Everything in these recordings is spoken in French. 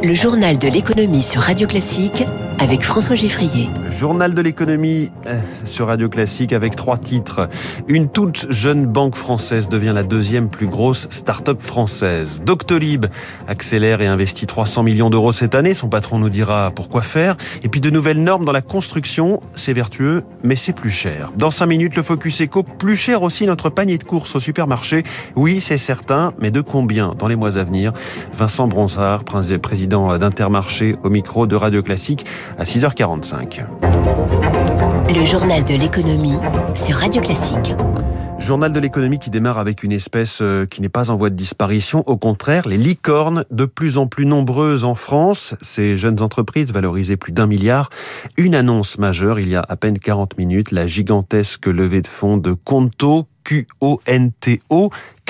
Le journal de l'économie sur Radio Classique avec François Giffrier. Journal de l'économie sur Radio Classique avec 3 titres. Une toute jeune banque française devient la deuxième plus grosse start-up française. Doctolib accélère et investit 300 millions d'euros cette année. Son patron nous dira pourquoi faire. Et puis de nouvelles normes dans la construction. C'est vertueux, mais c'est plus cher. Dans 5 minutes, le Focus Éco. Plus cher aussi notre panier de courses au supermarché. Oui, c'est certain, mais de combien dans les mois à venir? Vincent Bronsard, président d'Intermarché, au micro de Radio Classique à 6h45. Le journal de l'économie sur Radio Classique. Journal de l'économie qui démarre avec une espèce qui n'est pas en voie de disparition. Au contraire, les licornes, de plus en plus nombreuses en France. Ces jeunes entreprises valorisées plus d'1 milliard. Une annonce majeure il y a à peine 40 minutes. La gigantesque levée de fonds de Qonto, Q-O-N-T-O,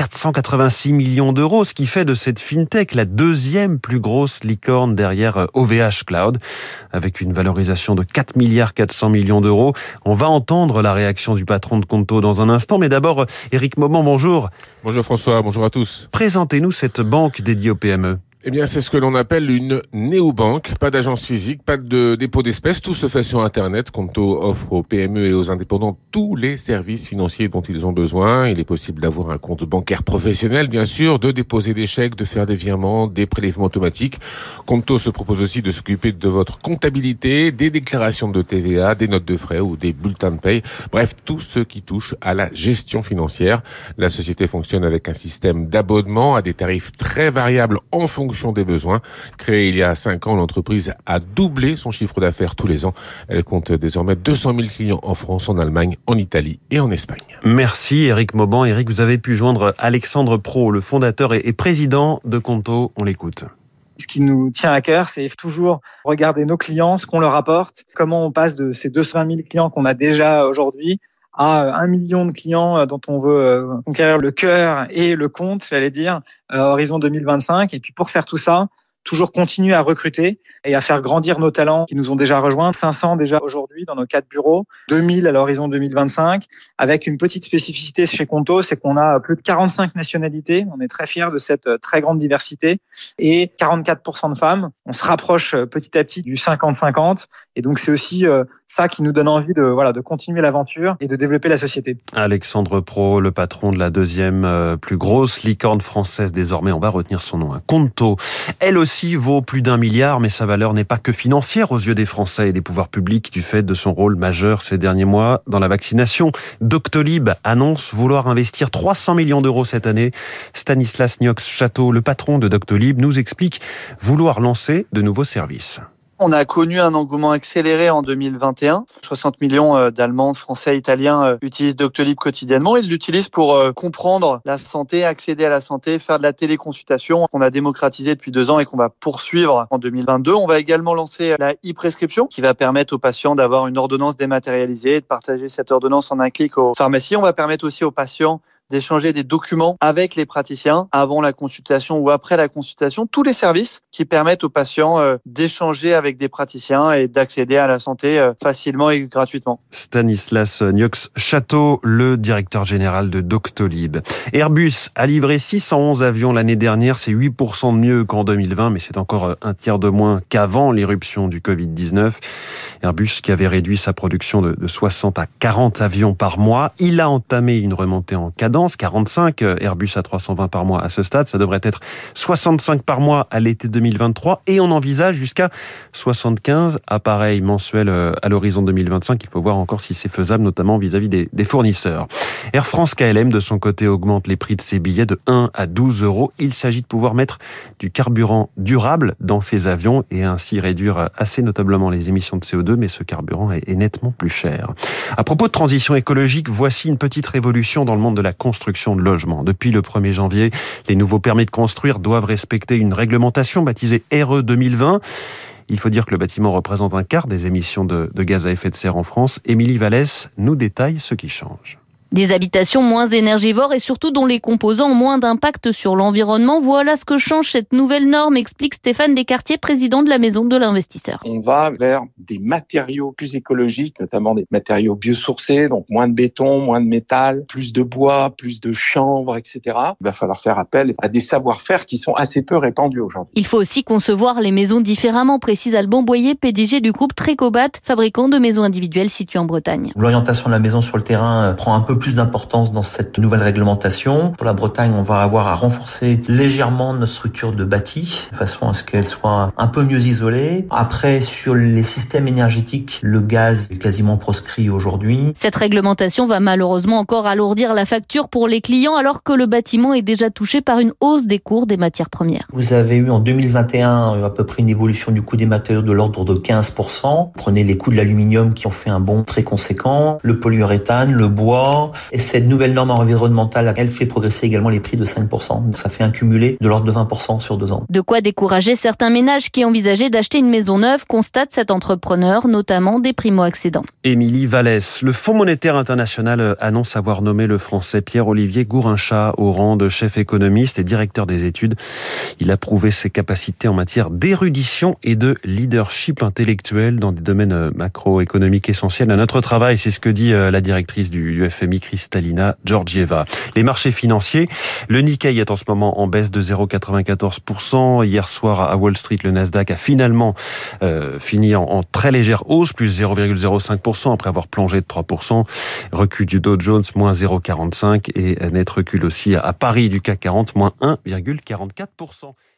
486 millions d'euros, ce qui fait de cette fintech la deuxième plus grosse licorne derrière OVH Cloud, avec une valorisation de 4 milliards 400 millions d'euros. On va entendre la réaction du patron de Qonto dans un instant, mais d'abord, Éric Mauban, bonjour. Bonjour François, bonjour à tous. Présentez-nous cette banque dédiée aux PME. Eh bien, c'est ce que l'on appelle une néobanque. Pas d'agence physique, pas de dépôt d'espèces. Tout se fait sur Internet. Qonto offre aux PME et aux indépendants tous les services financiers dont ils ont besoin. Il est possible d'avoir un compte bancaire professionnel, bien sûr, de déposer des chèques, de faire des virements, des prélèvements automatiques. Qonto se propose aussi de s'occuper de votre comptabilité, des déclarations de TVA, des notes de frais ou des bulletins de paye. Bref, tout ce qui touche à la gestion financière. La société fonctionne avec un système d'abonnement à des tarifs très variables en fonction des besoins. Créée il y a 5 ans, l'entreprise a doublé son chiffre d'affaires tous les ans. Elle compte désormais 200 000 clients en France, en Allemagne, en Italie et en Espagne. Merci Éric Mauban. Éric, vous avez pu joindre Alexandre Pro, le fondateur et président de Qonto. On l'écoute. Ce qui nous tient à cœur, c'est toujours regarder nos clients, ce qu'on leur apporte, comment on passe de ces 220 000 clients qu'on a déjà aujourd'hui à 1 million de clients dont on veut conquérir le cœur et le compte, j'allais dire, horizon 2025. Et puis pour faire tout ça, toujours continuer à recruter et à faire grandir nos talents qui nous ont déjà rejoints. 500 déjà aujourd'hui dans nos 4 bureaux, 2000 à l'horizon 2025, avec une petite spécificité chez Qonto, c'est qu'on a plus de 45 nationalités. On est très fiers de cette très grande diversité et 44% de femmes. On se rapproche petit à petit du 50-50 et donc c'est aussi ça qui nous donne envie de continuer l'aventure et de développer la société. Alexandre Pro, le patron de la deuxième plus grosse licorne française désormais, on va retenir son nom, Qonto. Elle aussi vaut plus d'1 milliard, mais sa valeur n'est pas que financière aux yeux des Français et des pouvoirs publics du fait de son rôle majeur ces derniers mois dans la vaccination. Doctolib annonce vouloir investir 300 millions d'euros cette année. Stanislas Niox-Château, le patron de Doctolib, nous explique vouloir lancer de nouveaux services. On a connu un engouement accéléré en 2021. 60 millions d'Allemands, Français, Italiens utilisent Doctolib quotidiennement. Ils l'utilisent pour comprendre la santé, accéder à la santé, faire de la téléconsultation qu'on a démocratisé depuis 2 ans et qu'on va poursuivre en 2022. On va également lancer la e-prescription qui va permettre aux patients d'avoir une ordonnance dématérialisée et de partager cette ordonnance en un clic aux pharmacies. On va permettre aussi aux patients d'échanger des documents avec les praticiens avant la consultation ou après la consultation. Tous les services qui permettent aux patients d'échanger avec des praticiens et d'accéder à la santé facilement et gratuitement. Stanislas Niox-Château, le directeur général de Doctolib. Airbus a livré 611 avions l'année dernière. C'est 8% de mieux qu'en 2020, mais c'est encore un tiers de moins qu'avant l'éruption du Covid-19. Airbus qui avait réduit sa production de 60 à 40 avions par mois. Il a entamé une remontée en cadence. 45 Airbus à 320 par mois à ce stade. Ça devrait être 65 par mois à l'été 2023 et on envisage jusqu'à 75 appareils mensuels à l'horizon 2025. Il faut voir encore si c'est faisable, notamment vis-à-vis des fournisseurs. Air France KLM, de son côté, augmente les prix de ses billets de 1 à 12 euros. Il s'agit de pouvoir mettre du carburant durable dans ses avions et ainsi réduire assez notablement les émissions de CO2, mais ce carburant est nettement plus cher. À propos de transition écologique, voici une petite révolution dans le monde de la construction de logements. Depuis le 1er janvier, les nouveaux permis de construire doivent respecter une réglementation baptisée RE 2020. Il faut dire que le bâtiment représente un quart des émissions de gaz à effet de serre en France. Émilie Vallès nous détaille ce qui change. Des habitations moins énergivores et surtout dont les composants ont moins d'impact sur l'environnement. Voilà ce que change cette nouvelle norme, explique Stéphane Descartier, président de la Maison de l'Investisseur. On va vers des matériaux plus écologiques, notamment des matériaux biosourcés, donc moins de béton, moins de métal, plus de bois, plus de chanvre, etc. Il va falloir faire appel à des savoir-faire qui sont assez peu répandus aujourd'hui. Il faut aussi concevoir les maisons différemment, précise Alban Boyer, PDG du groupe Trécobat, fabricant de maisons individuelles situées en Bretagne. L'orientation de la maison sur le terrain prend un peu plus d'importance dans cette nouvelle réglementation. Pour la Bretagne, on va avoir à renforcer légèrement notre structure de bâti, de façon à ce qu'elle soit un peu mieux isolée. Après, sur les systèmes énergétiques, le gaz est quasiment proscrit aujourd'hui. Cette réglementation va malheureusement encore alourdir la facture pour les clients, alors que le bâtiment est déjà touché par une hausse des cours des matières premières. Vous avez eu en 2021 à peu près une évolution du coût des matériaux de l'ordre de 15%. Prenez les coûts de l'aluminium qui ont fait un bond très conséquent, le polyuréthane, le bois. Et cette nouvelle norme environnementale, elle fait progresser également les prix de 5%. Donc ça fait un cumulé de l'ordre de 20% sur 2 ans. De quoi décourager certains ménages qui envisageaient d'acheter une maison neuve, constate cet entrepreneur, notamment des primo-accédants. Émilie Vallès, le Fonds monétaire international annonce avoir nommé le Français Pierre-Olivier Gourinchas au rang de chef économiste et directeur des études. Il a prouvé ses capacités en matière d'érudition et de leadership intellectuel dans des domaines macroéconomiques essentiels à notre travail. C'est ce que dit la directrice du FMI, Kristalina Georgieva. Les marchés financiers, le Nikkei est en ce moment en baisse de 0,94%. Hier soir à Wall Street, le Nasdaq a finalement fini en très légère hausse, plus 0,05% après avoir plongé de 3%. Recul du Dow Jones, moins 0,45% et net recul aussi à Paris du CAC 40, moins 1,44%.